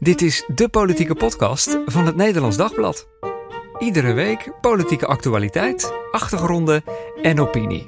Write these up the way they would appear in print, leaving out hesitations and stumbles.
Dit is de politieke podcast van het Nederlands Dagblad. Iedere week politieke actualiteit, achtergronden en opinie.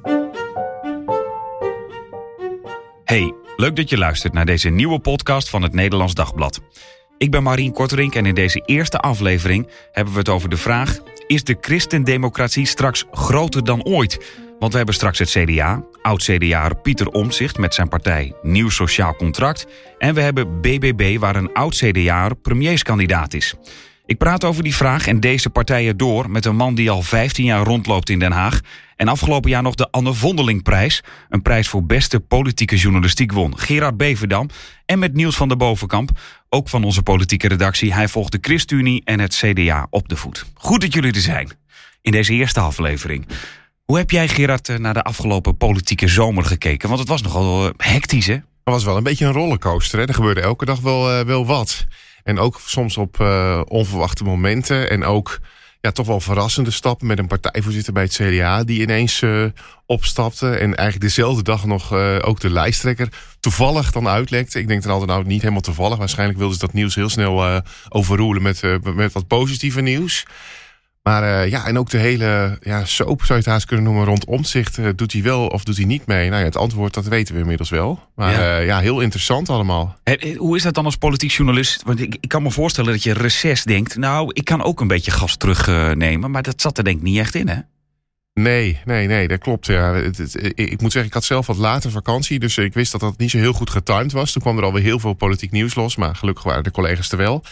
Hey, leuk dat je luistert naar deze nieuwe podcast van het Nederlands Dagblad. Ik ben Marien Korterink en in deze eerste aflevering hebben we het over de vraag: is de christendemocratie straks groter dan ooit? Want we hebben straks het CDA, oud-CDA'er Pieter Omtzigt met zijn partij Nieuw Sociaal Contract. En we hebben BBB, waar een oud-CDA'er premierskandidaat is. Ik praat over die vraag en deze partijen door met een man die al 15 jaar rondloopt in Den Haag en afgelopen jaar nog de Anne Vondelingprijs, een prijs voor beste politieke journalistiek, won. Gerard Beverdam. En met Niels van der Bovenkamp, ook van onze politieke redactie. Hij volgt de ChristenUnie en het CDA op de voet. Goed dat jullie er zijn in deze eerste aflevering. Hoe heb jij, Gerard, naar de afgelopen politieke zomer gekeken? Want het was nogal hectisch, hè? Het was wel een beetje een rollercoaster, hè? Er gebeurde elke dag wel wat. En ook soms op onverwachte momenten. En ook toch wel verrassende stappen met een partijvoorzitter bij het CDA die ineens opstapte. En eigenlijk dezelfde dag nog ook de lijsttrekker toevallig dan uitlekte. Ik denk dan altijd, nou, niet helemaal toevallig. Waarschijnlijk wilden ze dat nieuws heel snel overroelen met wat positieve nieuws. Maar en ook de hele soap, zou je het haast kunnen noemen, rond Omtzigt. Doet hij wel of doet hij niet mee? Nou ja, het antwoord, dat weten we inmiddels wel. Maar heel interessant allemaal. Hoe is dat dan als politiek journalist? Want ik kan me voorstellen dat je reces denkt, nou, ik kan ook een beetje gas terugnemen. Maar dat zat er denk ik niet echt in, hè? Nee, dat klopt. Ja. Ik moet zeggen, ik had zelf wat later vakantie. Dus ik wist dat dat niet zo heel goed getimed was. Toen kwam er alweer heel veel politiek nieuws los. Maar gelukkig waren de collega's er wel.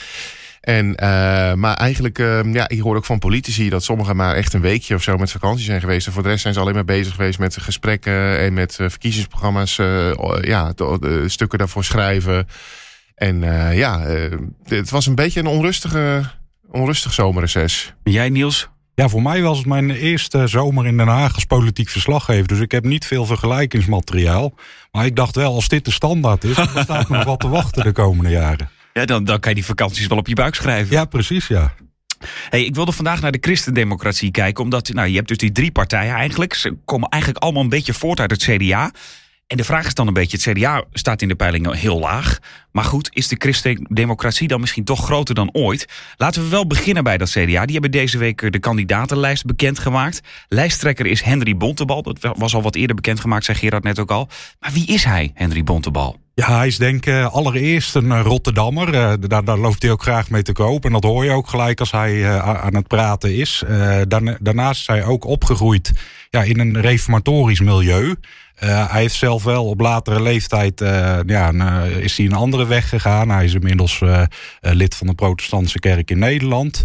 Maar eigenlijk, ik hoor ook van politici dat sommigen maar echt een weekje of zo met vakantie zijn geweest. En voor de rest zijn ze alleen maar bezig geweest met gesprekken en met verkiezingsprogramma's, stukken daarvoor schrijven. En het was een beetje een onrustig zomerreces. Jij, Niels? Ja, voor mij was het mijn eerste zomer in Den Haag als politiek verslaggever. Dus ik heb niet veel vergelijkingsmateriaal. Maar ik dacht wel, als dit de standaard is, dan staat me nog wat te wachten de komende jaren. Ja, dan kan je die vakanties wel op je buik schrijven. Ja, precies, ja. Hey, ik wilde vandaag naar de christendemocratie kijken, omdat je hebt dus die 3 partijen eigenlijk. Ze komen eigenlijk allemaal een beetje voort uit het CDA. En de vraag is dan een beetje, het CDA staat in de peilingen heel laag. Maar goed, is de christendemocratie dan misschien toch groter dan ooit? Laten we wel beginnen bij dat CDA. Die hebben deze week de kandidatenlijst bekendgemaakt. Lijsttrekker is Henry Bontebal. Dat was al wat eerder bekendgemaakt, zei Gerard net ook al. Maar wie is hij, Henry Bontebal? Ja, hij is denk ik allereerst een Rotterdammer. Daar loopt hij ook graag mee te koop. En dat hoor je ook gelijk als hij aan het praten is. Daarnaast is hij ook opgegroeid in een reformatorisch milieu. Hij heeft zelf wel op latere leeftijd is hij een andere weg gegaan. Hij is inmiddels lid van de protestantse kerk in Nederland.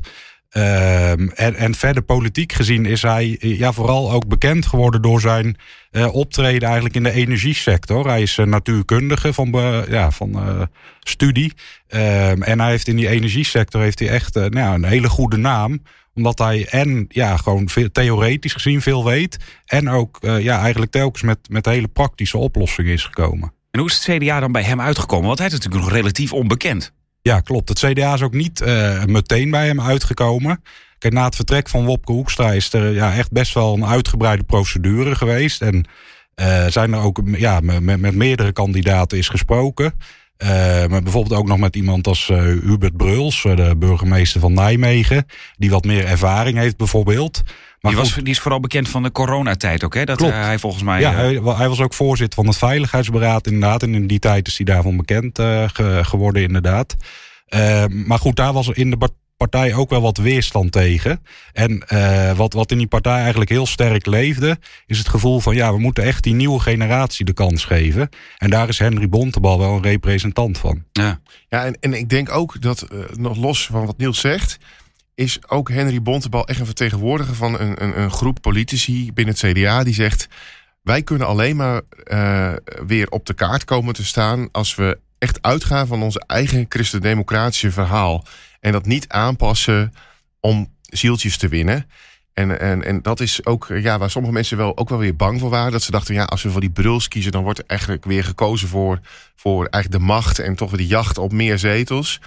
En verder politiek gezien is hij vooral ook bekend geworden door zijn optreden eigenlijk in de energiesector. Hij is natuurkundige van studie. En hij heeft in die energiesector echt een hele goede naam. Omdat hij gewoon theoretisch gezien veel weet. En ook eigenlijk telkens met hele praktische oplossingen is gekomen. En hoe is het CDA dan bij hem uitgekomen? Want hij is natuurlijk nog relatief onbekend. Ja, klopt. Het CDA is ook niet meteen bij hem uitgekomen. Kijk, na het vertrek van Wopke Hoekstra is er echt best wel een uitgebreide procedure geweest. En zijn er ook met meerdere kandidaten is gesproken. Maar bijvoorbeeld ook nog met iemand als Hubert Bruls, de burgemeester van Nijmegen, die wat meer ervaring heeft bijvoorbeeld. Maar die is vooral bekend van de coronatijd ook, hè? Dat hij volgens mij... Ja, hij was ook voorzitter van het Veiligheidsberaad inderdaad. En in die tijd is hij daarvan bekend geworden inderdaad. Maar goed, daar was in de partij ook wel wat weerstand tegen. En wat in die partij eigenlijk heel sterk leefde, is het gevoel van we moeten echt die nieuwe generatie de kans geven. En daar is Henry Bontebal wel een representant van. Ja, en ik denk ook dat, nog los van wat Niels zegt, is ook Henry Bontebal echt een vertegenwoordiger van een groep politici binnen het CDA die zegt, wij kunnen alleen maar weer op de kaart komen te staan als we echt uitgaan van onze eigen christendemocratische verhaal. En dat niet aanpassen om zieltjes te winnen. En dat is ook waar sommige mensen ook wel weer bang voor waren. Dat ze dachten, als we voor die Bruls kiezen, dan wordt er eigenlijk weer gekozen voor eigenlijk de macht en toch weer die jacht op meer zetels.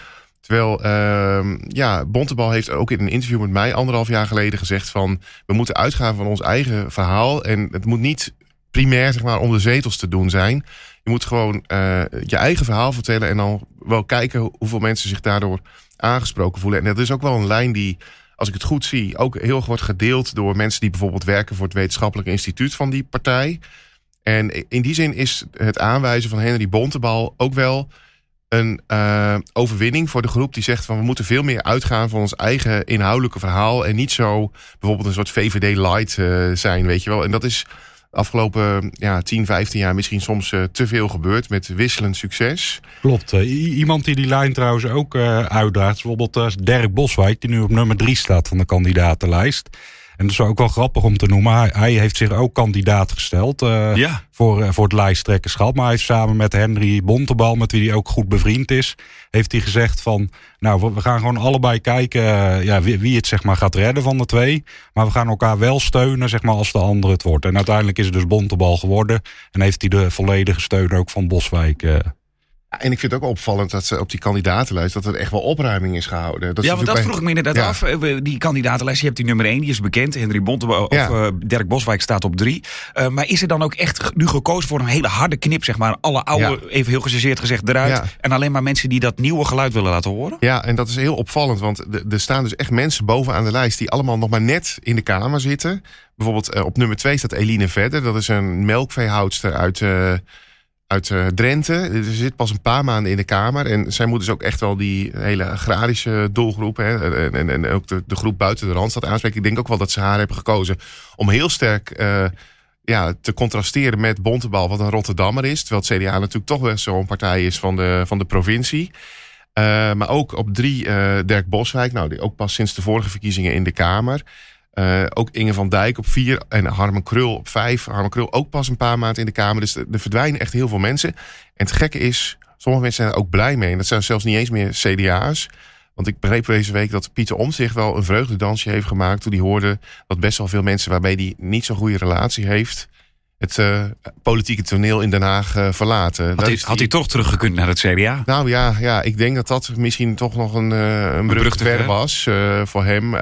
Terwijl Bontebal heeft ook in een interview met mij 1,5 jaar geleden gezegd van, we moeten uitgaan van ons eigen verhaal. En het moet niet primair om de zetels te doen zijn. Je moet gewoon je eigen verhaal vertellen en dan wel kijken hoeveel mensen zich daardoor aangesproken voelen. En dat is ook wel een lijn die, als ik het goed zie, ook heel erg wordt gedeeld door mensen die bijvoorbeeld werken voor het wetenschappelijk instituut van die partij. En in die zin is het aanwijzen van Henry Bontebal ook wel een overwinning voor de groep die zegt van we moeten veel meer uitgaan van ons eigen inhoudelijke verhaal en niet zo bijvoorbeeld een soort VVD-light zijn, weet je wel. En dat is afgelopen 10, 15 jaar misschien soms te veel gebeurd met wisselend succes. Klopt. Iemand die lijn trouwens ook uitdraagt is bijvoorbeeld Dirk Boswijk, die nu op nummer 3 staat van de kandidatenlijst. En dat is ook wel grappig om te noemen. Hij heeft zich ook kandidaat gesteld voor het lijsttrekkerschap. Maar hij heeft samen met Henry Bontebal, met wie hij ook goed bevriend is, heeft hij gezegd van, nou, we gaan gewoon allebei kijken wie het zeg maar gaat redden van de twee. Maar we gaan elkaar wel steunen zeg maar als de ander het wordt. En uiteindelijk is het dus Bontebal geworden. En heeft hij de volledige steun ook van Boswijk. En ik vind het ook opvallend dat ze op die kandidatenlijst dat er echt wel opruiming is gehouden. Want dat vroeg ik me inderdaad af. Die kandidatenlijst, je hebt die nummer 1, die is bekend. Henry Bontebal of Dirk Boswijk staat op 3. Maar is er dan ook echt nu gekozen voor een hele harde knip, zeg maar? Alle oude, even heel gechargeerd gezegd, eruit. Ja. En alleen maar mensen die dat nieuwe geluid willen laten horen? Ja, en dat is heel opvallend. Want er staan dus echt mensen bovenaan de lijst die allemaal nog maar net in de Kamer zitten. Bijvoorbeeld op nummer 2 staat Eline Vedder. Dat is een melkveehoudster uit Drenthe. Ze zit pas een paar maanden in de Kamer. En zij moet dus ook echt wel die hele agrarische doelgroep en ook de groep buiten de Randstad aanspreken. Ik denk ook wel dat ze haar hebben gekozen om heel sterk te contrasteren met Bontebal, wat een Rotterdammer is. Terwijl het CDA natuurlijk toch wel zo'n partij is van de provincie. Maar ook op 3 Dirk Boswijk. Die ook pas sinds de vorige verkiezingen in de Kamer. Ook Inge van Dijk op 4 en Harmen Krul op 5. Harmen Krul ook pas een paar maanden in de Kamer. Dus er verdwijnen echt heel veel mensen. En het gekke is, sommige mensen zijn er ook blij mee. En dat zijn zelfs niet eens meer CDA's. Want ik begreep deze week dat Pieter Omtzigt wel een vreugdedansje heeft gemaakt toen hij hoorde dat best wel veel mensen waarmee hij niet zo'n goede relatie heeft, het politieke toneel in Den Haag verlaten. Had hij toch teruggekund naar het CDA? Nou ja, ik denk dat misschien toch nog een brug te ver was voor hem.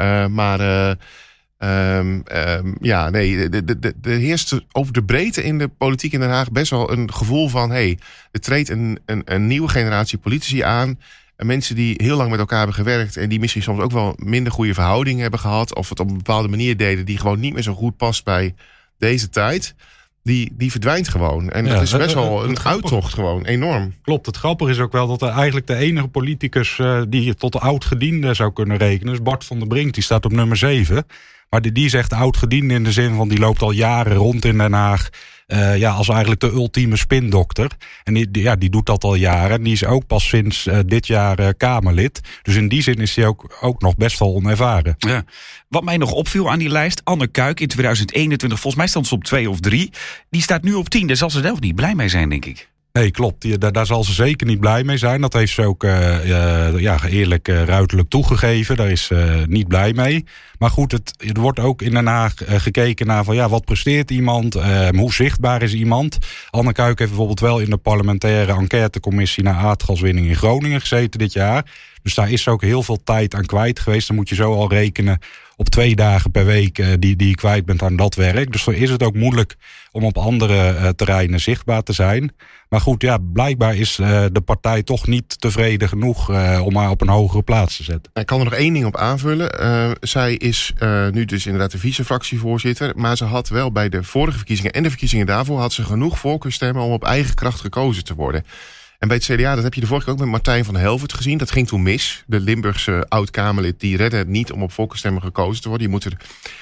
Er heerst over de breedte in de politiek in Den Haag best wel een gevoel van, er treedt een nieuwe generatie politici aan. Mensen die heel lang met elkaar hebben gewerkt en die misschien soms ook wel minder goede verhoudingen hebben gehad, of het op een bepaalde manier deden die gewoon niet meer zo goed past bij deze tijd. Die verdwijnt gewoon. En dat is best wel een uittocht gewoon, enorm. Klopt, het grappige is ook wel dat er eigenlijk de enige politicus die je tot de oud-gediende zou kunnen rekenen is Bart van der Brink. Die staat op nummer 7. Maar die zegt oud-gediende in de zin van die loopt al jaren rond in Den Haag. Als eigenlijk de ultieme spindokter. En die doet dat al jaren. En die is ook pas sinds dit jaar Kamerlid. Dus in die zin is hij ook nog best wel onervaren. Ja. Wat mij nog opviel aan die lijst, Anne Kuik in 2021, volgens mij stond ze op 2 of 3. Die staat nu op 10. Daar zal ze zelf niet blij mee zijn, denk ik. Nee, klopt. Daar zal ze zeker niet blij mee zijn. Dat heeft ze ook eerlijk ruiterlijk toegegeven. Daar is ze niet blij mee. Maar goed, er wordt ook in Den Haag gekeken naar van wat presteert iemand? Hoe zichtbaar is iemand? Anne Kuik heeft bijvoorbeeld wel in de parlementaire enquêtecommissie naar aardgaswinning in Groningen gezeten dit jaar. Dus daar is ook heel veel tijd aan kwijt geweest. Dan moet je zo al rekenen op 2 dagen per week die je kwijt bent aan dat werk. Dus dan is het ook moeilijk om op andere terreinen zichtbaar te zijn. Maar goed, blijkbaar is de partij toch niet tevreden genoeg om haar op een hogere plaats te zetten. Ik kan er nog 1 ding op aanvullen. Zij is nu dus inderdaad de vice-fractievoorzitter. Maar ze had wel bij de vorige verkiezingen en de verkiezingen daarvoor had ze genoeg voorkeurstemmen om op eigen kracht gekozen te worden. En bij het CDA, dat heb je de vorige keer ook met Martijn van Helvert gezien. Dat ging toen mis. De Limburgse oud-Kamerlid, die redde het niet om op voorkeurstemmen gekozen te worden. Je moet er,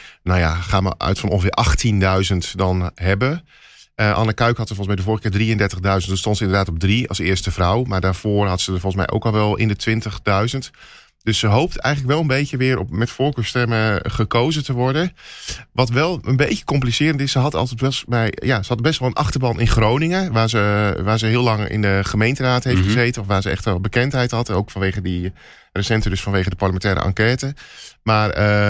ga maar uit van ongeveer 18.000 dan hebben. Anne Kuik had er volgens mij de vorige keer 33.000. Dus stond ze inderdaad op 3 als eerste vrouw. Maar daarvoor had ze er volgens mij ook al wel in de 20.000. Dus ze hoopt eigenlijk wel een beetje weer met voorkeurstemmen gekozen te worden. Wat wel een beetje complicerend is, ze had best wel een achterban in Groningen, waar ze heel lang in de gemeenteraad heeft gezeten, of waar ze echt wel bekendheid had, ook vanwege die recente, dus vanwege de parlementaire enquête. Maar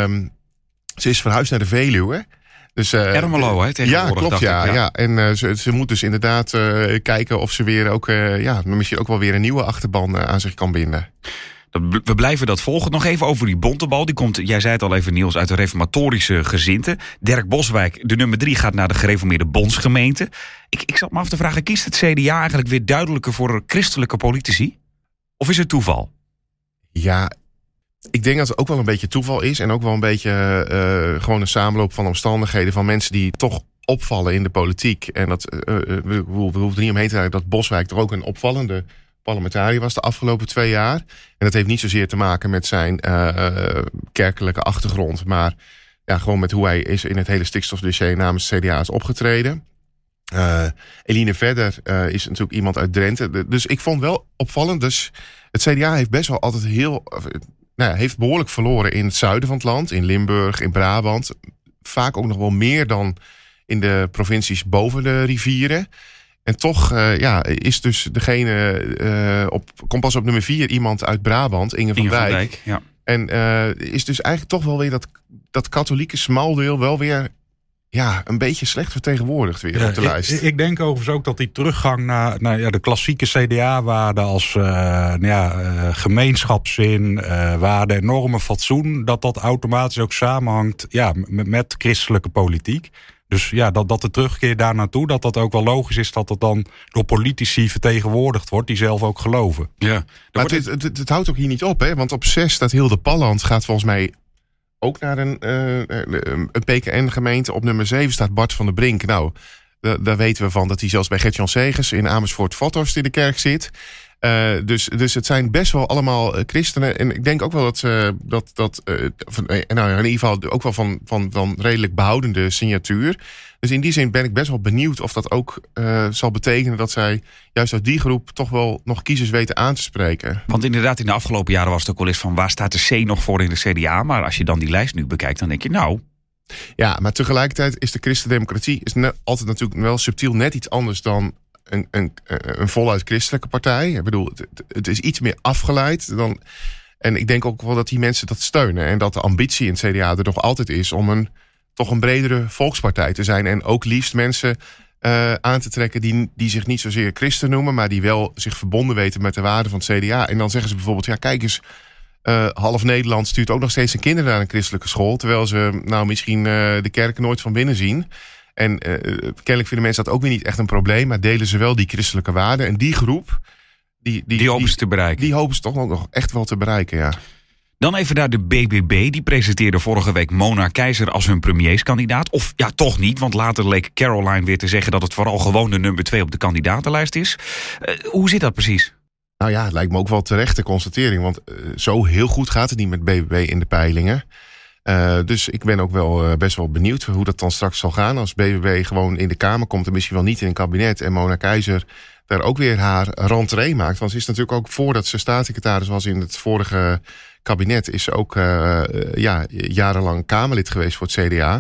ze is verhuisd naar de Veluwe. Dus, Ermelo, hè, tegenwoordig. Ja, klopt, ja. En ze moet dus inderdaad kijken of ze weer ook, misschien ook wel weer een nieuwe achterban aan zich kan binden. We blijven dat volgen. Nog even over die Bontebal. Die komt, jij zei het al even Niels, uit de reformatorische gezinte. Dirk Boswijk, de nummer 3, gaat naar de gereformeerde bondsgemeente. Ik zat me af te vragen, kiest het CDA eigenlijk weer duidelijker voor christelijke politici? Of is het toeval? Ja, ik denk dat het ook wel een beetje toeval is. En ook wel een beetje gewoon een samenloop van omstandigheden van mensen die toch opvallen in de politiek. En dat we hoeven er niet omheen te draaien dat Boswijk toch ook een opvallende parlementariër was de afgelopen 2 jaar. En dat heeft niet zozeer te maken met zijn kerkelijke achtergrond, maar ja, gewoon met hoe hij is in het hele stikstofdossier namens CDA is opgetreden. Eline Verder is natuurlijk iemand uit Drenthe. Dus ik vond wel opvallend. Dus het CDA heeft best wel altijd heeft behoorlijk verloren in het zuiden van het land. In Limburg, in Brabant. Vaak ook nog wel meer dan in de provincies boven de rivieren. En toch is dus degene komt pas op nummer 4 iemand uit Brabant, Inge van Dijk. Ja. En is dus eigenlijk toch wel weer dat katholieke smaldeel wel weer een beetje slecht vertegenwoordigd weer op de lijst. Ik denk overigens ook dat die teruggang naar de klassieke CDA-waarden als gemeenschapszin, waarden en normen, fatsoen, dat automatisch ook samenhangt met christelijke politiek. Dus ja, dat de terugkeer daar naartoe, dat ook wel logisch is dat het dan door politici vertegenwoordigd wordt die zelf ook geloven. Ja. Maar het houdt ook hier niet op, hè? Want op 6 staat Hilde Palland, gaat volgens mij ook naar een PKN-gemeente. Op nummer 7 staat Bart van der Brink. Nou, daar weten we van dat hij zelfs bij Gert-Jan Segers in Amersfoort-Vathorst in de kerk zit. Dus het zijn best wel allemaal christenen. En ik denk ook wel dat in ieder geval ook wel van redelijk behoudende signatuur. Dus in die zin ben ik best wel benieuwd of dat ook zal betekenen dat zij juist uit die groep toch wel nog kiezers weten aan te spreken. Want inderdaad, in de afgelopen jaren was het ook wel eens van waar staat de C nog voor in de CDA? Maar als je dan die lijst nu bekijkt, dan denk je nou. Ja, maar tegelijkertijd is de christendemocratie altijd natuurlijk wel subtiel net iets anders dan een voluit christelijke partij. Ik bedoel, het is iets meer afgeleid dan. En ik denk ook wel dat die mensen dat steunen. En dat de ambitie in het CDA er nog altijd is om toch een bredere volkspartij te zijn. En ook liefst mensen aan te trekken die zich niet zozeer christen noemen, maar die wel zich verbonden weten met de waarden van het CDA. En dan zeggen ze bijvoorbeeld, ja kijk eens, half Nederland stuurt ook nog steeds zijn kinderen naar een christelijke school, terwijl ze nou misschien de kerken nooit van binnen zien. En kennelijk vinden mensen dat ook weer niet echt een probleem, maar delen ze wel die christelijke waarden. En die groep, die hopen ze te bereiken. Die hopen ze toch ook nog echt wel te bereiken, ja. Dan even naar de BBB. Die presenteerde vorige week Mona Keizer als hun premierskandidaat. Of ja, toch niet, want later leek Caroline weer te zeggen dat het vooral gewoon de nummer 2 op de kandidatenlijst is. Hoe zit dat precies? Nou ja, het lijkt me ook wel terechte constatering, want zo heel goed gaat het niet met BBB in de peilingen. Dus ik ben ook wel best wel benieuwd hoe dat dan straks zal gaan. Als BBB gewoon in de Kamer komt en misschien wel niet in een kabinet. En Mona Keizer daar ook weer haar rentree maakt. Want ze is natuurlijk ook voordat ze staatssecretaris was in het vorige kabinet. Is ze ook jarenlang Kamerlid geweest voor het CDA.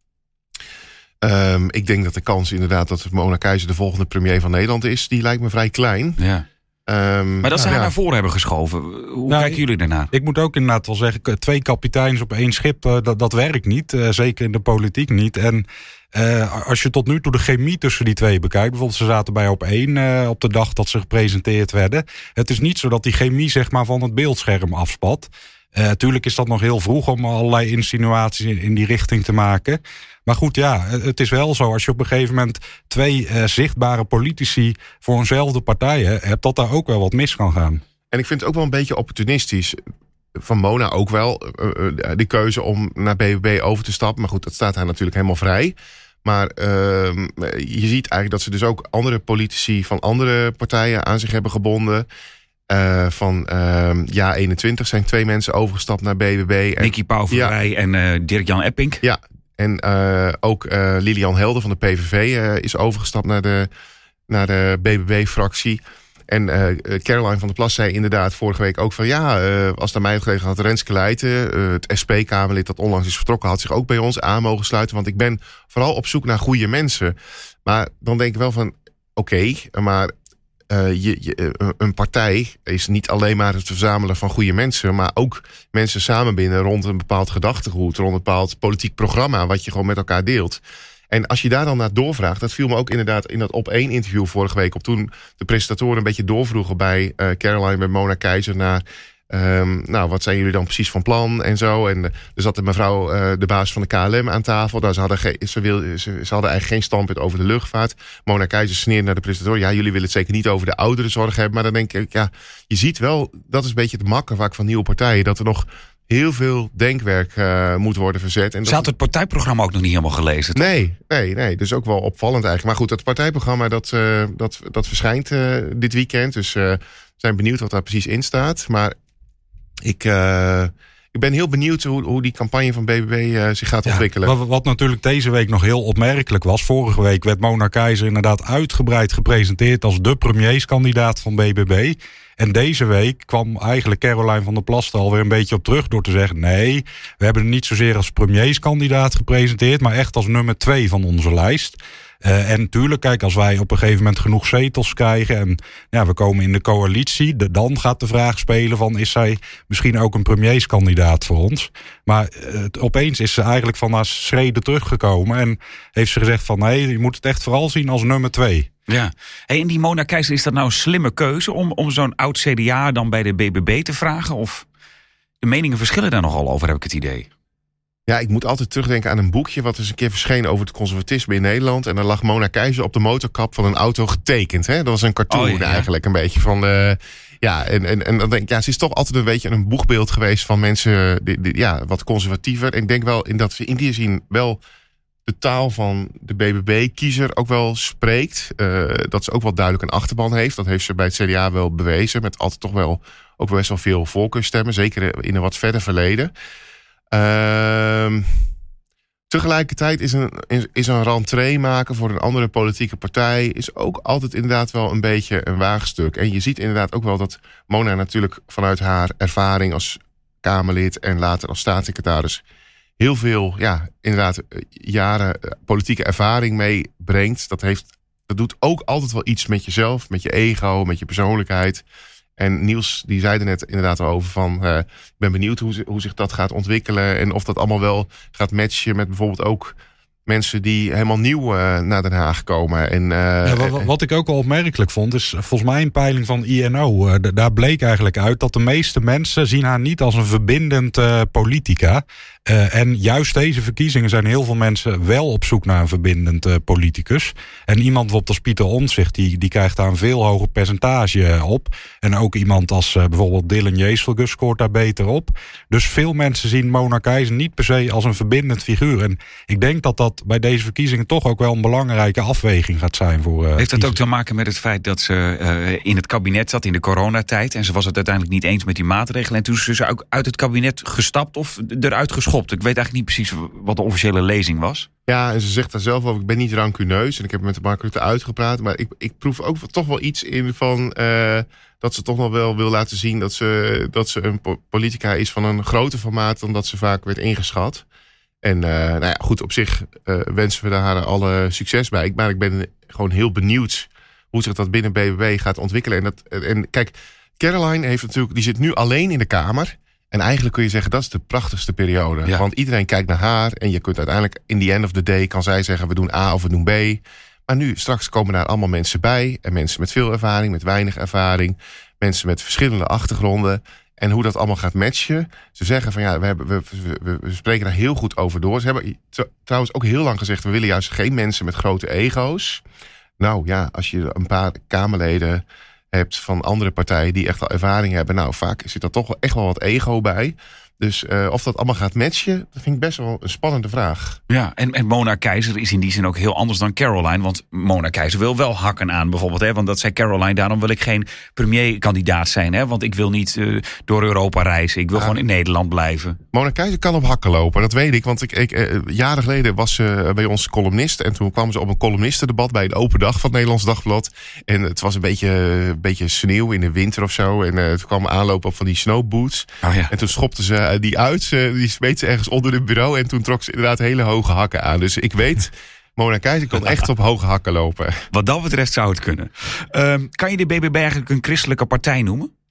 Ik denk dat de kans inderdaad dat Mona Keizer de volgende premier van Nederland is. Die lijkt me vrij klein. Ja. Maar dat ze haar naar voren hebben geschoven. Hoe kijken jullie daarnaar? Ik moet ook inderdaad wel zeggen, 2 kapiteins op 1 schip, dat werkt niet. Zeker in de politiek niet. En als je tot nu toe de chemie tussen die 2 bekijkt, bijvoorbeeld ze zaten bij op 1 op de dag dat ze gepresenteerd werden. Het is niet zo dat die chemie zeg maar van het beeldscherm afspat. Tuurlijk is dat nog heel vroeg om allerlei insinuaties in die richting te maken. Maar goed, ja, het is wel zo. Als je op een gegeven moment 2 zichtbare politici voor eenzelfde partij hebt, dat daar ook wel wat mis kan gaan. En ik vind het ook wel een beetje opportunistisch. Van Mona ook wel. De keuze om naar BBB over te stappen. Maar goed, dat staat haar natuurlijk helemaal vrij. Maar je ziet eigenlijk dat ze dus ook andere politici van andere partijen aan zich hebben gebonden. Van Ja21 zijn 2 mensen overgestapt naar BBB. Nicky Pauverij en Dirk-Jan Eppink. Ja, en ook Lilian Helder van de PVV is overgestapt naar de BBB-fractie. En Caroline van der Plas zei inderdaad vorige week ook van als het aan mij had gelegen had Renske Leijten, het SP-Kamerlid dat onlangs is vertrokken, had zich ook bij ons aan mogen sluiten. Want ik ben vooral op zoek naar goede mensen. Maar dan denk ik wel van oké, maar een partij is niet alleen maar het verzamelen van goede mensen, maar ook mensen samenbinden rond een bepaald gedachtegoed, rond een bepaald politiek programma wat je gewoon met elkaar deelt. En als je daar dan naar doorvraagt, dat viel me ook inderdaad in dat Op 1 interview vorige week op, toen de presentatoren een beetje doorvroegen bij Caroline, bij Mona Keizer naar Wat zijn jullie dan precies van plan en zo. En er zat de mevrouw, de baas van de KLM aan tafel. Nou, ze hadden eigenlijk geen standpunt over de luchtvaart. Mona Keijzer sneerde naar de presentator. Ja, jullie willen het zeker niet over de ouderenzorg hebben. Maar dan denk ik, ja, je ziet wel, dat is een beetje het makken vaak van nieuwe partijen. Dat er nog heel veel denkwerk moet worden verzet. En ze had het partijprogramma ook nog niet helemaal gelezen. Nee. Dus ook wel opvallend eigenlijk. Maar goed, dat partijprogramma dat verschijnt dit weekend. Dus we zijn benieuwd wat daar precies in staat. Maar ik ben heel benieuwd hoe die campagne van BBB zich gaat ontwikkelen. Wat natuurlijk deze week nog heel opmerkelijk was. Vorige week werd Mona Keijzer inderdaad uitgebreid gepresenteerd als de premierskandidaat van BBB. En deze week kwam eigenlijk Caroline van der Plas er alweer een beetje op terug door te zeggen, nee, we hebben het niet zozeer als premierskandidaat gepresenteerd, maar echt als nummer 2 van onze lijst. En natuurlijk, kijk, als wij op een gegeven moment genoeg zetels krijgen en ja, we komen in de coalitie, dan gaat de vraag spelen van, is zij misschien ook een premierskandidaat voor ons? Maar opeens is ze eigenlijk van haar schreden teruggekomen en heeft ze gezegd van, nee, je moet het echt vooral zien als nummer 2. Ja. Hey, en die Mona Keijzer, is dat nou een slimme keuze om zo'n oud CDA dan bij de BBB te vragen? Of de meningen verschillen daar nogal over, heb ik het idee. Ja, ik moet altijd terugdenken aan een boekje wat eens een keer verscheen over het conservatisme in Nederland. En daar lag Mona Keijzer op de motorkap van een auto getekend. Hè? Dat was een cartoon eigenlijk een beetje van. En dan denk ik, ja, ze is toch altijd een beetje een boegbeeld geweest van mensen wat conservatiever. En ik denk wel dat ze in die zin wel de taal van de BBB-kiezer ook wel spreekt. Dat ze ook wel duidelijk een achterban heeft. Dat heeft ze bij het CDA wel bewezen. Met altijd toch wel ook best wel veel voorkeurstemmen. Zeker in een wat verder verleden. Tegelijkertijd is een rentree maken voor een andere politieke partij is ook altijd inderdaad wel een beetje een waagstuk. En je ziet inderdaad ook wel dat Mona natuurlijk vanuit haar ervaring als Kamerlid en later als staatssecretaris heel veel, inderdaad, jaren politieke ervaring meebrengt. Dat doet ook altijd wel iets met jezelf, met je ego, met je persoonlijkheid. En Niels, die zei er net inderdaad al over van, ik ben benieuwd hoe zich dat gaat ontwikkelen en of dat allemaal wel gaat matchen met bijvoorbeeld ook mensen die helemaal nieuw naar Den Haag komen. En, wat ik ook wel opmerkelijk vond, is volgens mij een peiling van INO. Daar bleek eigenlijk uit dat de meeste mensen zien haar niet als een verbindend politica. En juist deze verkiezingen zijn heel veel mensen wel op zoek naar een verbindend politicus. En iemand bijvoorbeeld als Pieter Omtzigt, die krijgt daar een veel hoger percentage op. En ook iemand als bijvoorbeeld Dylan Jezelgus scoort daar beter op. Dus veel mensen zien Mona Keijzer niet per se als een verbindend figuur. En ik denk dat bij deze verkiezingen toch ook wel een belangrijke afweging gaat zijn voor. Heeft dat ook te maken met het feit dat ze in het kabinet zat in de coronatijd en ze was het uiteindelijk niet eens met die maatregelen en toen is ze ook uit het kabinet gestapt of eruit geschopt? Ik weet eigenlijk niet precies wat de officiële lezing was. Ja, en ze zegt daar zelf over, ik ben niet rancuneus en ik heb met Mark Rutte uitgepraat, maar ik proef ook toch wel iets in van dat ze toch nog wel wil laten zien dat ze een politica is van een groter formaat dan dat ze vaak werd ingeschat. En goed, op zich wensen we daar alle succes bij. Maar ik ben gewoon heel benieuwd hoe zich dat binnen BBB gaat ontwikkelen. En kijk, Caroline die zit nu alleen in de Kamer. En eigenlijk kun je zeggen, dat is de prachtigste periode. Ja. Want iedereen kijkt naar haar. En je kunt uiteindelijk, in the end of the day, kan zij zeggen, we doen A of we doen B. Maar nu, straks komen daar allemaal mensen bij. En mensen met veel ervaring, met weinig ervaring. Mensen met verschillende achtergronden. En hoe dat allemaal gaat matchen. Ze zeggen van we spreken daar heel goed over door. Ze hebben trouwens ook heel lang gezegd, we willen juist geen mensen met grote ego's. Nou ja, als je een paar Kamerleden hebt van andere partijen die echt al ervaring hebben. Nou, vaak zit er toch echt wel wat ego bij. Dus of dat allemaal gaat matchen, dat vind ik best wel een spannende vraag. Ja, en Mona Keijzer is in die zin ook heel anders dan Caroline. Want Mona Keijzer wil wel hakken aan bijvoorbeeld. Hè? Want dat zei Caroline, daarom wil ik geen premierkandidaat zijn. Hè? Want ik wil niet door Europa reizen. Ik wil gewoon in Nederland blijven. Mona Keijzer kan op hakken lopen, dat weet ik. Want ik jaren geleden was ze bij ons columnist. En toen kwamen ze op een columnistendebat bij de open dag van het Nederlands Dagblad. En het was een beetje sneeuw in de winter of zo. En toen kwam aanloop op van die snowboots. Oh ja. En toen schopte ze die uit. Die smeet ze ergens onder het bureau. En toen trok ze inderdaad hele hoge hakken aan. Dus ik weet, Mona Keijzer kan echt op hoge hakken lopen. Wat dat betreft zou het kunnen. Kan je de BBB eigenlijk een christelijke partij noemen?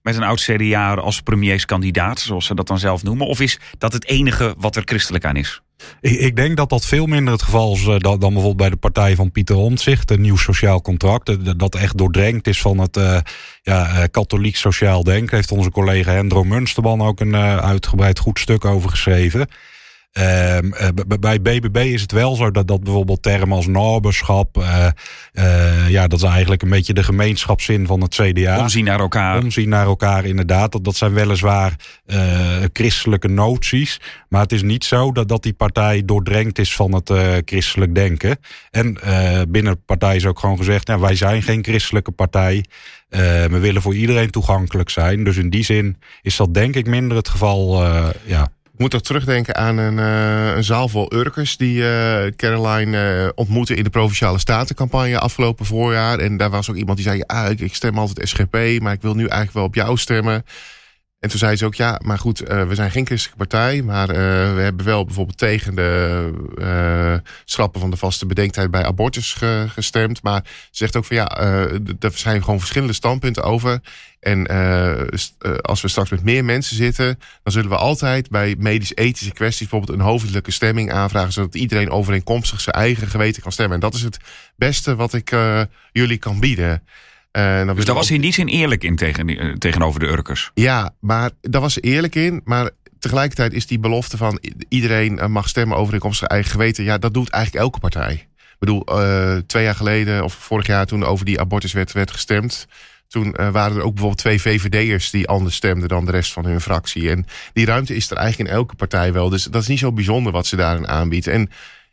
Met een oud-CDA als premierskandidaat, zoals ze dat dan zelf noemen? Of is dat het enige wat er christelijk aan is? Ik denk dat dat veel minder het geval is dan bijvoorbeeld bij de partij van Pieter Omtzigt. Een nieuw sociaal contract. Dat echt doordrenkt is van het katholiek sociaal denken. Heeft onze collega Hendro Munsterman ook een uitgebreid goed stuk over geschreven. Bij BBB is het wel zo dat bijvoorbeeld termen als naberschap, dat is eigenlijk een beetje de gemeenschapszin van het CDA. Omzien naar elkaar, inderdaad. Dat zijn weliswaar christelijke noties, maar het is niet zo dat die partij doordrenkt is van het christelijk denken. En binnen de partij is ook gewoon gezegd, wij zijn geen christelijke partij. We willen voor iedereen toegankelijk zijn. Dus in die zin is dat denk ik minder het geval, Ik moet toch terugdenken aan een zaal vol Urkers die Caroline ontmoette in de Provinciale Statencampagne afgelopen voorjaar. En daar was ook iemand die zei, ik stem altijd SGP, maar ik wil nu eigenlijk wel op jou stemmen. En toen zei ze ook, maar goed, we zijn geen christelijke partij, maar we hebben wel bijvoorbeeld tegen de schrappen van de vaste bedenktijd bij abortus gestemd. Maar ze zegt ook van er zijn gewoon verschillende standpunten over. En als we straks met meer mensen zitten, dan zullen we altijd bij medisch-ethische kwesties bijvoorbeeld een hoofdelijke stemming aanvragen, zodat iedereen overeenkomstig zijn eigen geweten kan stemmen. En dat is het beste wat ik jullie kan bieden. Dus daar was hij in die zin eerlijk in tegenover de Urkers? Ja, maar daar was ze eerlijk in. Maar tegelijkertijd is die belofte van iedereen mag stemmen overeenkomstig zijn eigen geweten. Dat doet eigenlijk elke partij. Ik bedoel, 2 jaar geleden of vorig jaar toen over die abortuswet werd gestemd, toen waren er ook bijvoorbeeld 2 VVD'ers die anders stemden dan de rest van hun fractie. En die ruimte is er eigenlijk in elke partij wel. Dus dat is niet zo bijzonder wat ze daarin aanbiedt. En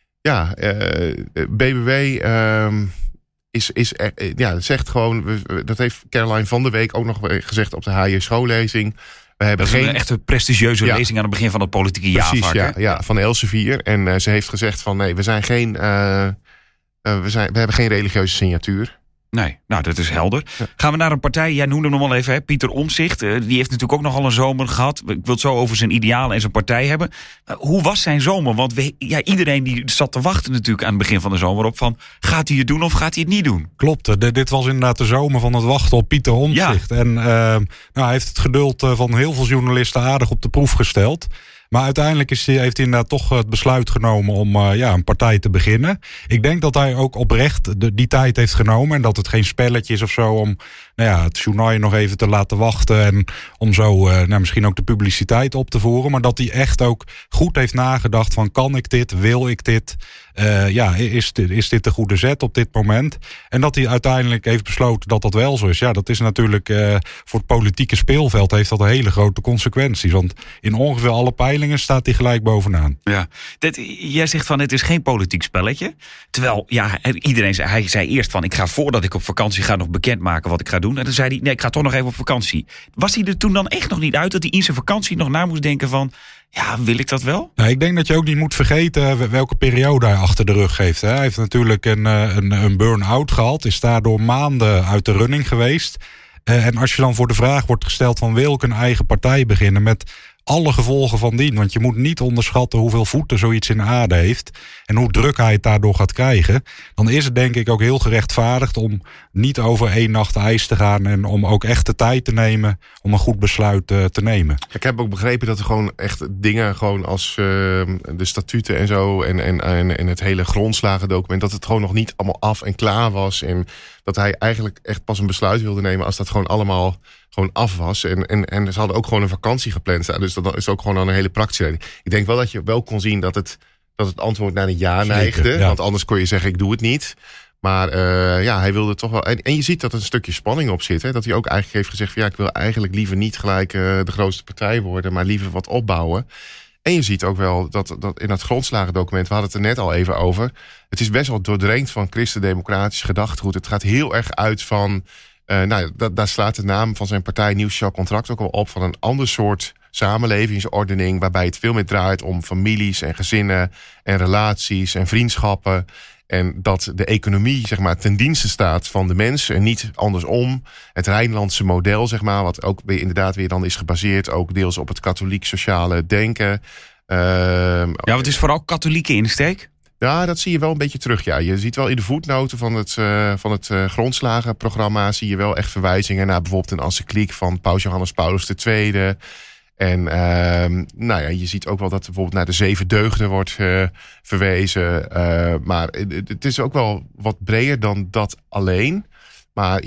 BBW... zegt gewoon, dat heeft Caroline van der Week ook nog gezegd op de HJ schoollezing. We hebben dat is een echte prestigieuze lezing aan het begin van het politieke jaar. Precies, van Elsevier. En ze heeft gezegd van nee, we hebben geen religieuze signatuur. Nee, nou dat is helder. Ja. Gaan we naar een partij, jij noemde hem al even, Pieter Omtzigt. Die heeft natuurlijk ook nogal een zomer gehad. Ik wil het zo over zijn idealen en zijn partij hebben. Hoe was zijn zomer? Want iedereen die zat te wachten natuurlijk aan het begin van de zomer op van, gaat hij het doen of gaat hij het niet doen? Klopt, dit was inderdaad de zomer van het wachten op Pieter Omtzigt. Ja. En hij heeft het geduld van heel veel journalisten aardig op de proef gesteld. Maar uiteindelijk heeft hij inderdaad toch het besluit genomen om een partij te beginnen. Ik denk dat hij ook oprecht die tijd heeft genomen. En dat het geen spelletje is of zo om het journaal nog even te laten wachten. En om zo misschien ook de publiciteit op te voeren. Maar dat hij echt ook goed heeft nagedacht van, kan ik dit? Wil ik dit? Is dit de goede zet op dit moment? En dat hij uiteindelijk heeft besloten dat dat wel zo is. Ja, dat is natuurlijk voor het politieke speelveld heeft dat een hele grote consequenties. Want in ongeveer alle peilingen staat hij gelijk bovenaan. Ja, jij zegt van het is geen politiek spelletje. Terwijl iedereen zei, hij zei eerst van, ik ga voordat ik op vakantie ga nog bekendmaken wat ik ga doen. En dan zei hij, nee, ik ga toch nog even op vakantie. Was hij er toen dan echt nog niet uit dat hij in zijn vakantie nog na moest denken van, wil ik dat wel? Nou, ik denk dat je ook niet moet vergeten welke periode hij achter de rug heeft. Hij heeft natuurlijk een burn-out gehad, is daardoor maanden uit de running geweest. En als je dan voor de vraag wordt gesteld van, wil ik een eigen partij beginnen met alle gevolgen van dien. Want je moet niet onderschatten hoeveel voeten zoiets in de aarde heeft en hoe druk hij het daardoor gaat krijgen. Dan is het denk ik ook heel gerechtvaardigd om niet over 1 nacht ijs te gaan en om ook echt de tijd te nemen om een goed besluit te nemen. Ik heb ook begrepen dat er gewoon echt dingen gewoon als de statuten en zo en het hele grondslagendocument, dat het gewoon nog niet allemaal af en klaar was en dat hij eigenlijk echt pas een besluit wilde nemen als dat gewoon allemaal gewoon af was. En ze hadden ook gewoon een vakantie gepland staan. Dus dat is ook gewoon een hele praktische reden. Ik denk wel dat je wel kon zien dat het antwoord naar een ja neigde. Ja. Want anders kon je zeggen, ik doe het niet. Maar hij wilde toch wel. En je ziet dat er een stukje spanning op zit. Hè? Dat hij ook eigenlijk heeft gezegd van, ik wil eigenlijk liever niet gelijk de grootste partij worden, maar liever wat opbouwen. En je ziet ook wel dat in dat grondslagendocument, we hadden het er net al even over, het is best wel doordrenkt van christendemocratisch gedachtegoed. Het gaat heel erg uit van, daar slaat de naam van zijn partij Nieuw Sociaal Contract ook wel op, van een ander soort samenlevingsordening, waarbij het veel meer draait om families en gezinnen en relaties en vriendschappen. En dat de economie ten dienste staat van de mens en niet andersom. Het Rijnlandse model, wat ook weer inderdaad weer dan is gebaseerd, ook deels op het katholiek sociale denken. Want het is vooral katholieke insteek? Ja, dat zie je wel een beetje terug. Ja. Je ziet wel in de voetnoten van het grondslagenprogramma zie je wel echt verwijzingen naar bijvoorbeeld een encycliek van Paus Johannes Paulus II. En je ziet ook wel dat bijvoorbeeld naar de 7 deugden wordt verwezen. Maar het is ook wel wat breder dan dat alleen. Maar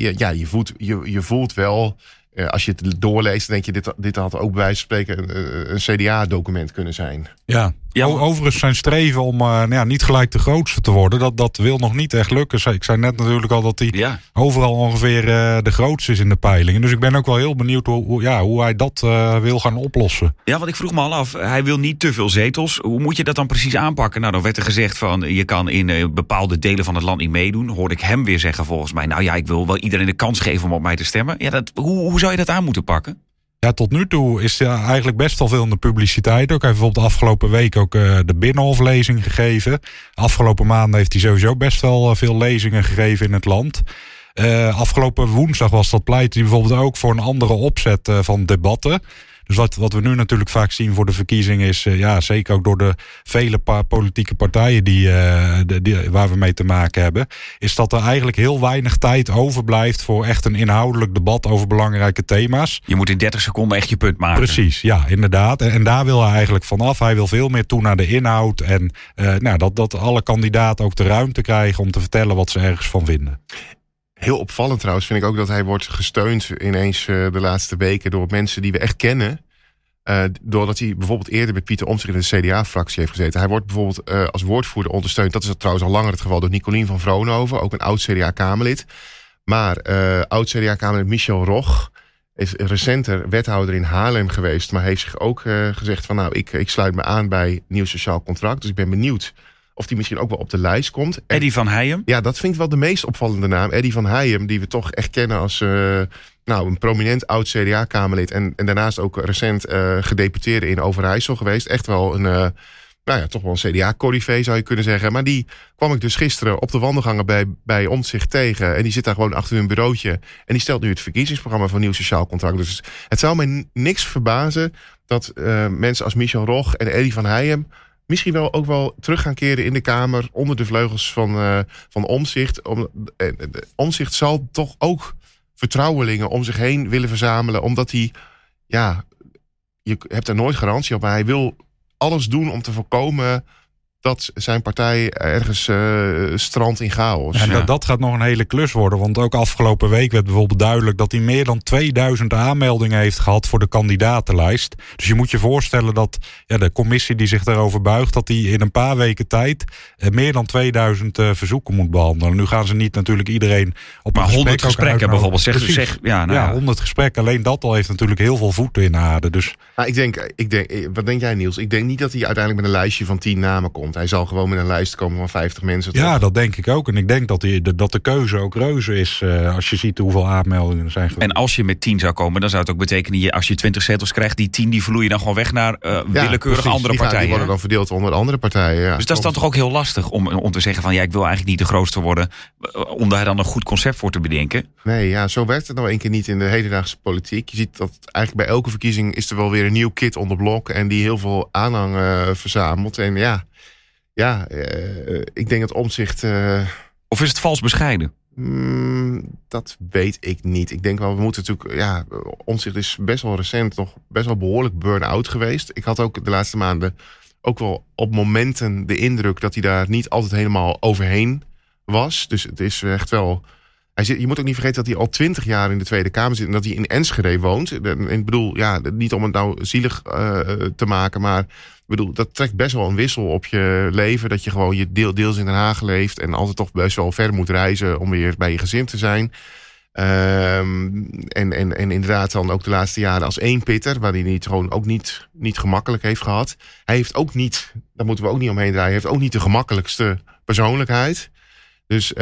je voelt wel, als je het doorleest, dan denk je, dit had ook bij wijze van spreken een CDA-document kunnen zijn. Ja. Overigens zijn streven om niet gelijk de grootste te worden, dat wil nog niet echt lukken. Ik zei net natuurlijk al dat hij overal ongeveer de grootste is in de peilingen. Dus ik ben ook wel heel benieuwd hoe hij dat wil gaan oplossen. Ja, want ik vroeg me al af, hij wil niet te veel zetels. Hoe moet je dat dan precies aanpakken? Nou, dan werd er gezegd van, je kan in bepaalde delen van het land niet meedoen. Hoorde ik hem weer zeggen volgens mij, ik wil wel iedereen de kans geven om op mij te stemmen. Ja, hoe zou je dat aan moeten pakken? Ja, tot nu toe is er eigenlijk best wel veel in de publiciteit. Ook hij heeft bijvoorbeeld afgelopen week ook de Binnenhoflezing gegeven. Afgelopen maanden heeft hij sowieso best wel veel lezingen gegeven in het land. Afgelopen woensdag pleit hij bijvoorbeeld ook voor een andere opzet van debatten. Dus wat we nu natuurlijk vaak zien voor de verkiezingen is, zeker ook door de vele politieke partijen waar we mee te maken hebben, is dat er eigenlijk heel weinig tijd overblijft voor echt een inhoudelijk debat over belangrijke thema's. Je moet in 30 seconden echt je punt maken. Precies, ja, inderdaad. En daar wil hij eigenlijk vanaf. Hij wil veel meer toe naar de inhoud en dat alle kandidaten ook de ruimte krijgen om te vertellen wat ze ergens van vinden. Heel opvallend trouwens vind ik ook dat hij wordt gesteund ineens de laatste weken door mensen die we echt kennen. Doordat hij bijvoorbeeld eerder met Pieter Omtzigt in de CDA-fractie heeft gezeten. Hij wordt bijvoorbeeld als woordvoerder ondersteund. Dat is trouwens al langer het geval door Nicolien van Vroonhoven, ook een oud CDA-Kamerlid. Maar oud CDA-Kamerlid Michel Rog is recenter wethouder in Haarlem geweest. Maar heeft zich ook gezegd van ik sluit me aan bij Nieuw Sociaal Contract. Dus ik ben benieuwd of die misschien ook wel op de lijst komt. Eddy van Heijem? Ja, dat vind ik wel de meest opvallende naam. Eddy van Heijem, die we toch echt kennen als een prominent oud CDA-Kamerlid. En daarnaast ook recent gedeputeerde in Overijssel geweest. Echt wel toch wel een CDA-corrivee zou je kunnen zeggen. Maar die kwam ik dus gisteren op de wandelgangen bij Omtzigt tegen. En die zit daar gewoon achter hun bureautje. En die stelt nu het verkiezingsprogramma van Nieuw Sociaal Contract. Dus het zou mij niks verbazen dat mensen als Michel Rog en Eddy van Heijem misschien wel ook wel terug gaan keren in de Kamer onder de vleugels van Omtzigt. Omtzigt zal toch ook vertrouwelingen om zich heen willen verzamelen, omdat hij, je hebt er nooit garantie op, maar hij wil alles doen om te voorkomen dat zijn partij ergens strandt in chaos. En dat gaat nog een hele klus worden. Want ook afgelopen week werd bijvoorbeeld duidelijk dat hij meer dan 2000 aanmeldingen heeft gehad voor de kandidatenlijst. Dus je moet je voorstellen dat de commissie die zich daarover buigt, dat die in een paar weken tijd meer dan 2000 verzoeken moet behandelen. Nu gaan ze niet natuurlijk iedereen op maar een 100 gesprekken bijvoorbeeld. 100 gesprekken. Alleen dat al heeft natuurlijk heel veel voeten in de aarde. Dus. Maar ik denk, wat denk jij, Niels? Ik denk niet dat hij uiteindelijk met een lijstje van 10 namen komt. Hij zal gewoon met een lijst komen van 50 mensen. Ja, dat denk ik ook. En ik denk dat de keuze ook reuze is als je ziet hoeveel aanmeldingen er zijn geweest. En als je met 10 zou komen, dan zou het ook betekenen, als je 20 zetels krijgt, die 10 die vloeien dan gewoon weg naar willekeurige andere partijen. Die worden dan verdeeld onder andere partijen. Ja. Dus dat is dan toch ook heel lastig om te zeggen van ik wil eigenlijk niet de grootste worden, om daar dan een goed concept voor te bedenken. Nee, zo werkt het nou een keer niet in de hedendaagse politiek. Je ziet dat eigenlijk bij elke verkiezing is er wel weer een nieuw kid on the block en die heel veel aanhang verzamelt. En ik denk dat Omtzigt. Of is het vals bescheiden? Dat weet ik niet. Ik denk wel, we moeten natuurlijk. Omtzigt is best wel recent nog best wel behoorlijk burn-out geweest. Ik had ook de laatste maanden ook wel op momenten de indruk dat hij daar niet altijd helemaal overheen was. Dus het is echt wel. Je moet ook niet vergeten dat hij al 20 jaar in de Tweede Kamer zit en dat hij in Enschede woont. Ik bedoel, niet om het nou zielig te maken, maar dat trekt best wel een wissel op je leven. Dat je gewoon je deels in Den Haag leeft en altijd toch best wel ver moet reizen om weer bij je gezin te zijn. En inderdaad dan ook de laatste jaren als eenpitter, waar hij gewoon ook niet gemakkelijk heeft gehad. Hij heeft ook niet, daar moeten we ook niet omheen draaien, hij heeft ook niet de gemakkelijkste persoonlijkheid. Dus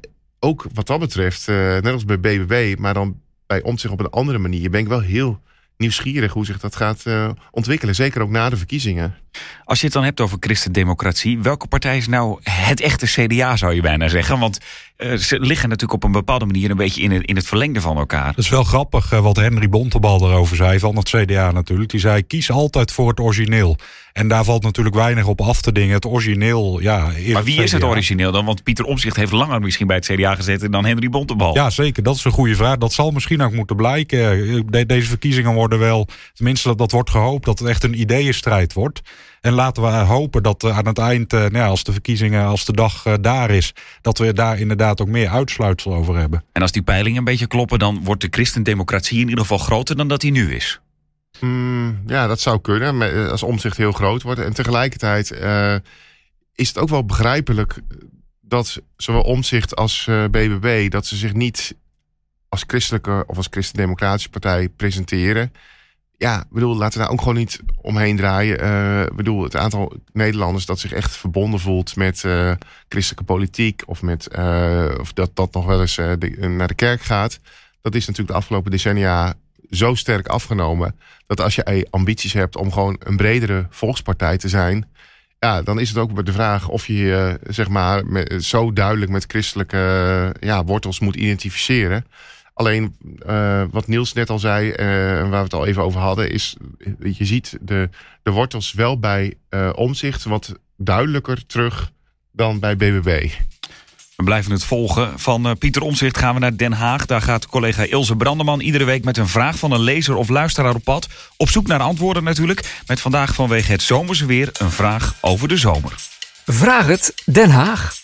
ook wat dat betreft, net als bij BBB, maar dan bij Omtzigt op een andere manier, ben ik wel heel nieuwsgierig hoe zich dat gaat ontwikkelen. Zeker ook na de verkiezingen. Als je het dan hebt over christendemocratie, welke partij is nou het echte CDA, zou je bijna zeggen? Want ze liggen natuurlijk op een bepaalde manier een beetje in het verlengde van elkaar. Dat is wel grappig wat Henry Bontebal erover zei, van het CDA natuurlijk. Die zei, kies altijd voor het origineel. En daar valt natuurlijk weinig op af te dingen. Het origineel, ja... Maar wie is het origineel dan? Want Pieter Omtzigt heeft langer misschien bij het CDA gezeten dan Henry Bontebal. Ja, zeker. Dat is een goede vraag. Dat zal misschien ook moeten blijken. Deze verkiezingen worden wel... Tenminste, dat wordt gehoopt dat het echt een ideeënstrijd wordt. En laten we hopen dat aan het eind, als de verkiezingen, als de dag daar is, dat we daar inderdaad ook meer uitsluitsel over hebben. En als die peilingen een beetje kloppen, dan wordt de christendemocratie in ieder geval groter dan dat die nu is. Ja, dat zou kunnen, als Omtzigt heel groot wordt. En tegelijkertijd is het ook wel begrijpelijk dat zowel Omtzigt als BBB... dat ze zich niet als christelijke of als christendemocratische partij presenteren. Ja, laten we daar ook gewoon niet omheen draaien. Het aantal Nederlanders dat zich echt verbonden voelt met christelijke politiek... of dat nog wel eens naar de kerk gaat... dat is natuurlijk de afgelopen decennia zo sterk afgenomen... dat als je ambities hebt om gewoon een bredere volkspartij te zijn... ja, dan is het ook de vraag of je zo duidelijk met christelijke wortels moet identificeren... Alleen wat Niels net al zei, en waar we het al even over hadden... is, je ziet de wortels wel bij Omtzigt wat duidelijker terug dan bij BBB. We blijven het volgen. Van Pieter Omtzigt gaan we naar Den Haag. Daar gaat collega Ilse Brandeman iedere week met een vraag van een lezer of luisteraar op pad. Op zoek naar antwoorden natuurlijk. Met vandaag vanwege het zomerse weer een vraag over de zomer. Vraag het Den Haag.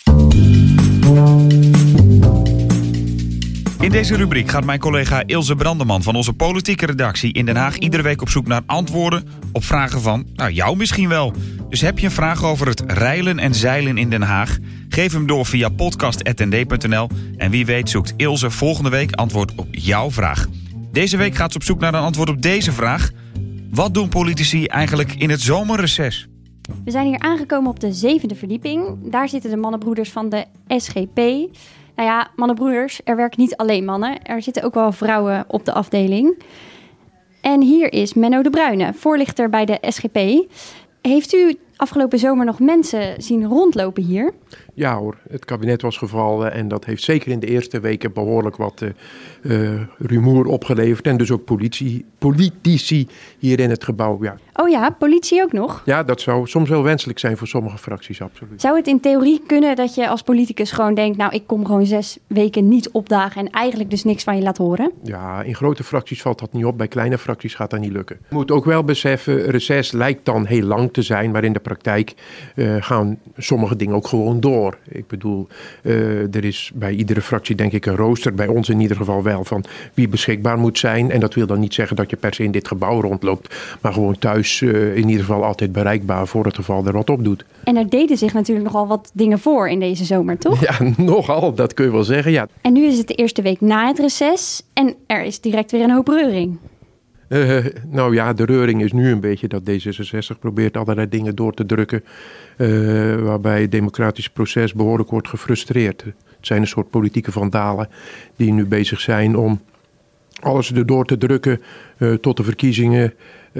In deze rubriek gaat mijn collega Ilse Brandeman van onze politieke redactie in Den Haag iedere week op zoek naar antwoorden op vragen van, jou misschien wel. Dus heb je een vraag over het reilen en zeilen in Den Haag? Geef hem door via podcast@nd.nl en wie weet zoekt Ilse volgende week antwoord op jouw vraag. Deze week gaat ze op zoek naar een antwoord op deze vraag. Wat doen politici eigenlijk in het zomerreces? We zijn hier aangekomen op de 7e verdieping. Daar zitten de mannenbroeders van de SGP. Nou ja, mannenbroeders, er werken niet alleen mannen. Er zitten ook wel vrouwen op de afdeling. En hier is Menno de Bruyne, voorlichter bij de SGP. Heeft u afgelopen zomer nog mensen zien rondlopen hier? Ja hoor, het kabinet was gevallen en dat heeft zeker in de eerste weken behoorlijk wat rumoer opgeleverd. En dus ook politici hier in het gebouw. Ja. Oh ja, politie ook nog? Ja, dat zou soms wel wenselijk zijn voor sommige fracties, absoluut. Zou het in theorie kunnen dat je als politicus gewoon denkt, ik kom gewoon 6 weken niet opdagen en eigenlijk dus niks van je laat horen? Ja, in grote fracties valt dat niet op. Bij kleine fracties gaat dat niet lukken. Je moet ook wel beseffen, reces lijkt dan heel lang te zijn, maar in de praktijk gaan sommige dingen ook gewoon door. Ik bedoel, er is bij iedere fractie denk ik een rooster, bij ons in ieder geval wel, van wie beschikbaar moet zijn. En dat wil dan niet zeggen dat je per se in dit gebouw rondloopt, maar gewoon thuis in ieder geval altijd bereikbaar voor het geval er wat op doet. En er deden zich natuurlijk nogal wat dingen voor in deze zomer, toch? Ja, nogal, dat kun je wel zeggen, ja. En nu is het de eerste week na het reces en er is direct weer een hoop reuring. De reuring is nu een beetje dat D66 probeert allerlei dingen door te drukken, waarbij het democratisch proces behoorlijk wordt gefrustreerd. Het zijn een soort politieke vandalen die nu bezig zijn om alles erdoor te drukken tot de verkiezingen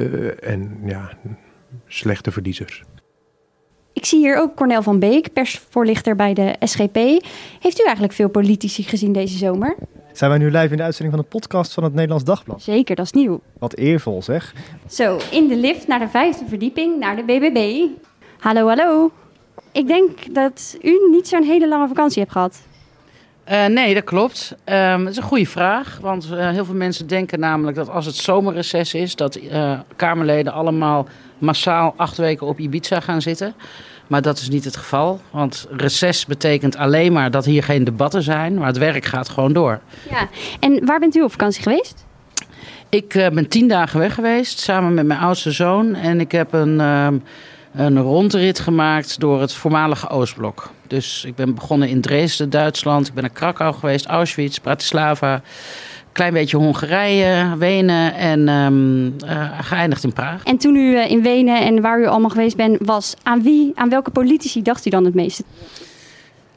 slechte verliezers. Ik zie hier ook Cornel van Beek, persvoorlichter bij de SGP. Heeft u eigenlijk veel politici gezien deze zomer? Zijn wij nu live in de uitzending van de podcast van het Nederlands Dagblad? Zeker, dat is nieuw. Wat eervol zeg. Zo, in de lift naar de 5e verdieping, naar de BBB. Hallo, hallo. Ik denk dat u niet zo'n hele lange vakantie hebt gehad. Nee, dat klopt. Dat is een goede vraag. Want heel veel mensen denken namelijk dat als het zomerreces is, dat Kamerleden allemaal massaal 8 weken op Ibiza gaan zitten. Maar dat is niet het geval. Want reces betekent alleen maar dat hier geen debatten zijn, maar het werk gaat gewoon door. Ja, en waar bent u op vakantie geweest? Ik ben 10 dagen weg geweest, samen met mijn oudste zoon. En ik heb een rondrit gemaakt door het voormalige Oostblok. Dus ik ben begonnen in Dresden, Duitsland. Ik ben naar Krakau geweest, Auschwitz, Bratislava. Klein beetje Hongarije, Wenen en geëindigd in Praag. En toen u in Wenen en waar u allemaal geweest bent was, aan welke politici dacht u dan het meeste?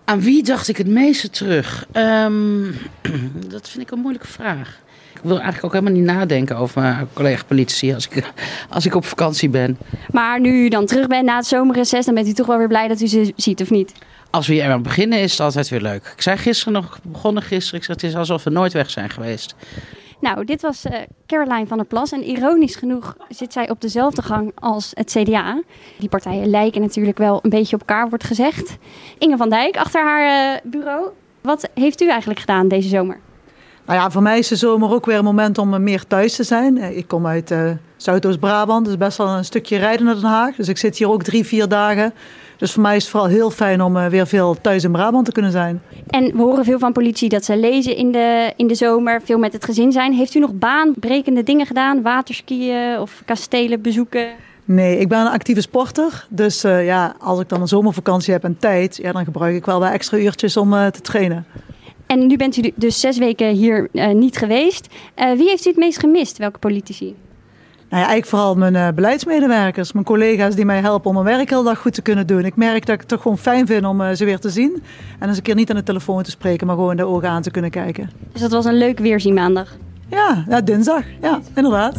Aan wie dacht ik het meeste terug? Dat vind ik een moeilijke vraag. Ik wil eigenlijk ook helemaal niet nadenken over mijn collega-politici als ik op vakantie ben. Maar nu u dan terug bent na het zomerreces, dan bent u toch wel weer blij dat u ze ziet, of niet? Als we hier aan beginnen is het altijd weer leuk. Ik zei begonnen gisteren, ik zei, het is alsof we nooit weg zijn geweest. Nou, dit was Caroline van der Plas. En ironisch genoeg zit zij op dezelfde gang als het CDA. Die partijen lijken natuurlijk wel een beetje op elkaar, wordt gezegd. Inge van Dijk, achter haar bureau. Wat heeft u eigenlijk gedaan deze zomer? Nou ja, voor mij is de zomer ook weer een moment om meer thuis te zijn. Ik kom uit Zuidoost-Brabant, dus best wel een stukje rijden naar Den Haag. Dus ik zit hier ook 3-4 dagen. Dus voor mij is het vooral heel fijn om weer veel thuis in Brabant te kunnen zijn. En we horen veel van politici dat ze lezen in de zomer, veel met het gezin zijn. Heeft u nog baanbrekende dingen gedaan? Waterskiën of kastelen bezoeken? Nee, ik ben een actieve sporter. Dus als ik dan een zomervakantie heb en tijd, dan gebruik ik wel wat extra uurtjes om te trainen. En nu bent u dus 6 weken hier niet geweest. Wie heeft u het meest gemist? Welke politici? Nou ja, eigenlijk vooral mijn beleidsmedewerkers, mijn collega's die mij helpen om mijn werk heel dag goed te kunnen doen. Ik merk dat ik het toch gewoon fijn vind om ze weer te zien. En eens een keer niet aan de telefoon te spreken, maar gewoon de ogen aan te kunnen kijken. Dus dat was een leuk weerzien maandag? Ja, dinsdag. Ja, inderdaad.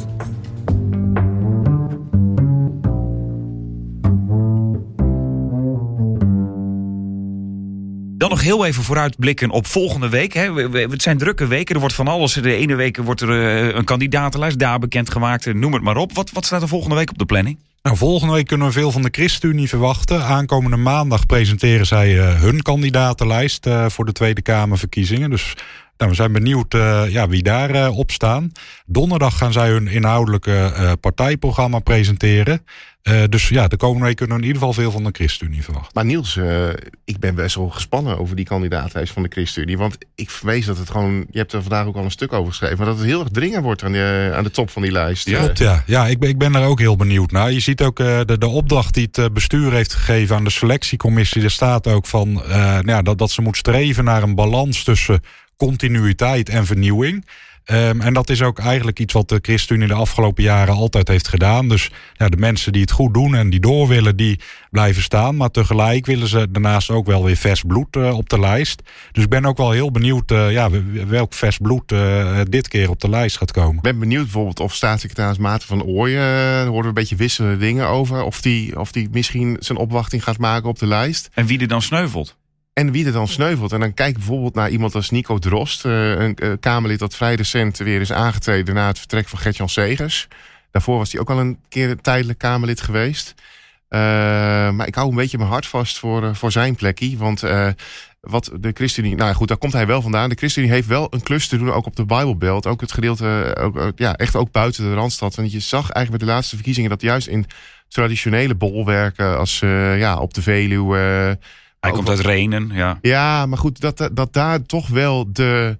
Dan nog heel even vooruitblikken op volgende week. Het zijn drukke weken, er wordt van alles. De ene week wordt er een kandidatenlijst daar bekendgemaakt. Noem het maar op. Wat staat er volgende week op de planning? Nou, volgende week kunnen we veel van de ChristenUnie verwachten. Aankomende maandag presenteren zij hun kandidatenlijst voor de Tweede Kamerverkiezingen. Dus we zijn benieuwd wie daar op staan. Donderdag gaan zij hun inhoudelijke partijprogramma presenteren. Dus de komende week kunnen we in ieder geval veel van de ChristenUnie verwachten. Maar Niels, ik ben best wel gespannen over die kandidaatlijst van de ChristenUnie. Want ik vrees dat het gewoon, je hebt er vandaag ook al een stuk over geschreven, maar dat het heel erg dringend wordt aan de top van die lijst. Ja. Klopt, ja. Ja, ik ben daar ook heel benieuwd naar. Je ziet ook de opdracht die het bestuur heeft gegeven aan de selectiecommissie. Er staat ook van dat ze moet streven naar een balans tussen continuïteit en vernieuwing. En dat is ook eigenlijk iets wat de ChristenUnie de afgelopen jaren altijd heeft gedaan. Dus de mensen die het goed doen en die door willen, die blijven staan. Maar tegelijk willen ze daarnaast ook wel weer vers bloed op de lijst. Dus ik ben ook wel heel benieuwd welk vers bloed dit keer op de lijst gaat komen. Ik ben benieuwd bijvoorbeeld of staatssecretaris Maarten van Ooyen, daar horen we een beetje wisselende dingen over. Of die misschien zijn opwachting gaat maken op de lijst. En wie er dan sneuvelt. En wie er dan sneuvelt. En dan kijk ik bijvoorbeeld naar iemand als Nico Drost. Een Kamerlid dat vrij recent weer is aangetreden na het vertrek van Gert-Jan Segers. Daarvoor was hij ook al een keer een tijdelijk Kamerlid geweest. Maar ik hou een beetje mijn hart vast voor zijn plekje. Want wat de ChristenUnie... Nou goed, daar komt hij wel vandaan. De ChristenUnie heeft wel een klus te doen, ook op de Bijbelbelt. Ook het gedeelte, echt ook buiten de Randstad. Want je zag eigenlijk bij de laatste verkiezingen dat juist in traditionele bolwerken als op de Veluwe... Hij komt uit Rhenen, ja. Ja, maar goed, dat daar toch wel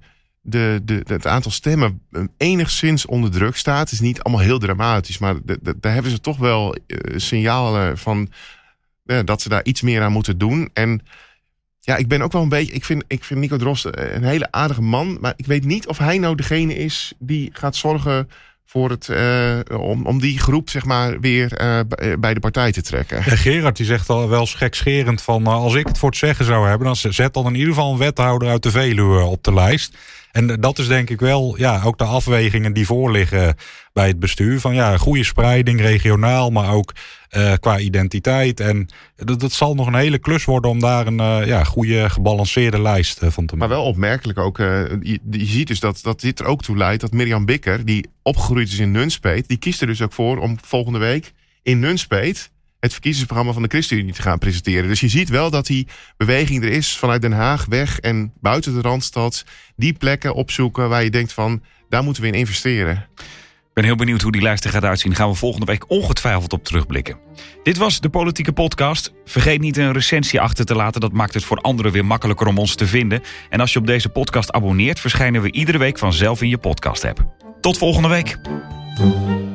het aantal stemmen enigszins onder druk staat. Het is niet allemaal heel dramatisch, maar daar hebben ze toch wel signalen van dat ze daar iets meer aan moeten doen. En ik ben ook wel een beetje... Ik vind Nico Drost een hele aardige man, maar ik weet niet of hij nou degene is die gaat zorgen voor om die groep zeg maar weer bij de partij te trekken. Ja, Gerard die zegt al wel gekscherend van als ik het voor het zeggen zou hebben, dan zet dan in ieder geval een wethouder uit de Veluwe op de lijst. En dat is denk ik wel ook de afwegingen die voorliggen bij het bestuur. Van goede spreiding, regionaal, maar ook qua identiteit. En dat zal nog een hele klus worden om daar een goede gebalanceerde lijst van te maken. Maar wel opmerkelijk ook, je ziet dus dat dit er ook toe leidt dat Mirjam Bikker, die opgegroeid is in Nunspeet, die kiest er dus ook voor om volgende week in Nunspeet het verkiezingsprogramma van de ChristenUnie te gaan presenteren. Dus je ziet wel dat die beweging er is vanuit Den Haag weg en buiten de Randstad. Die plekken opzoeken waar je denkt van, daar moeten we in investeren. Ik ben heel benieuwd hoe die lijst er gaat uitzien. Daar gaan we volgende week ongetwijfeld op terugblikken. Dit was de Politieke Podcast. Vergeet niet een recensie achter te laten. Dat maakt het voor anderen weer makkelijker om ons te vinden. En als je op deze podcast abonneert, verschijnen we iedere week vanzelf in je podcast-app. Tot volgende week.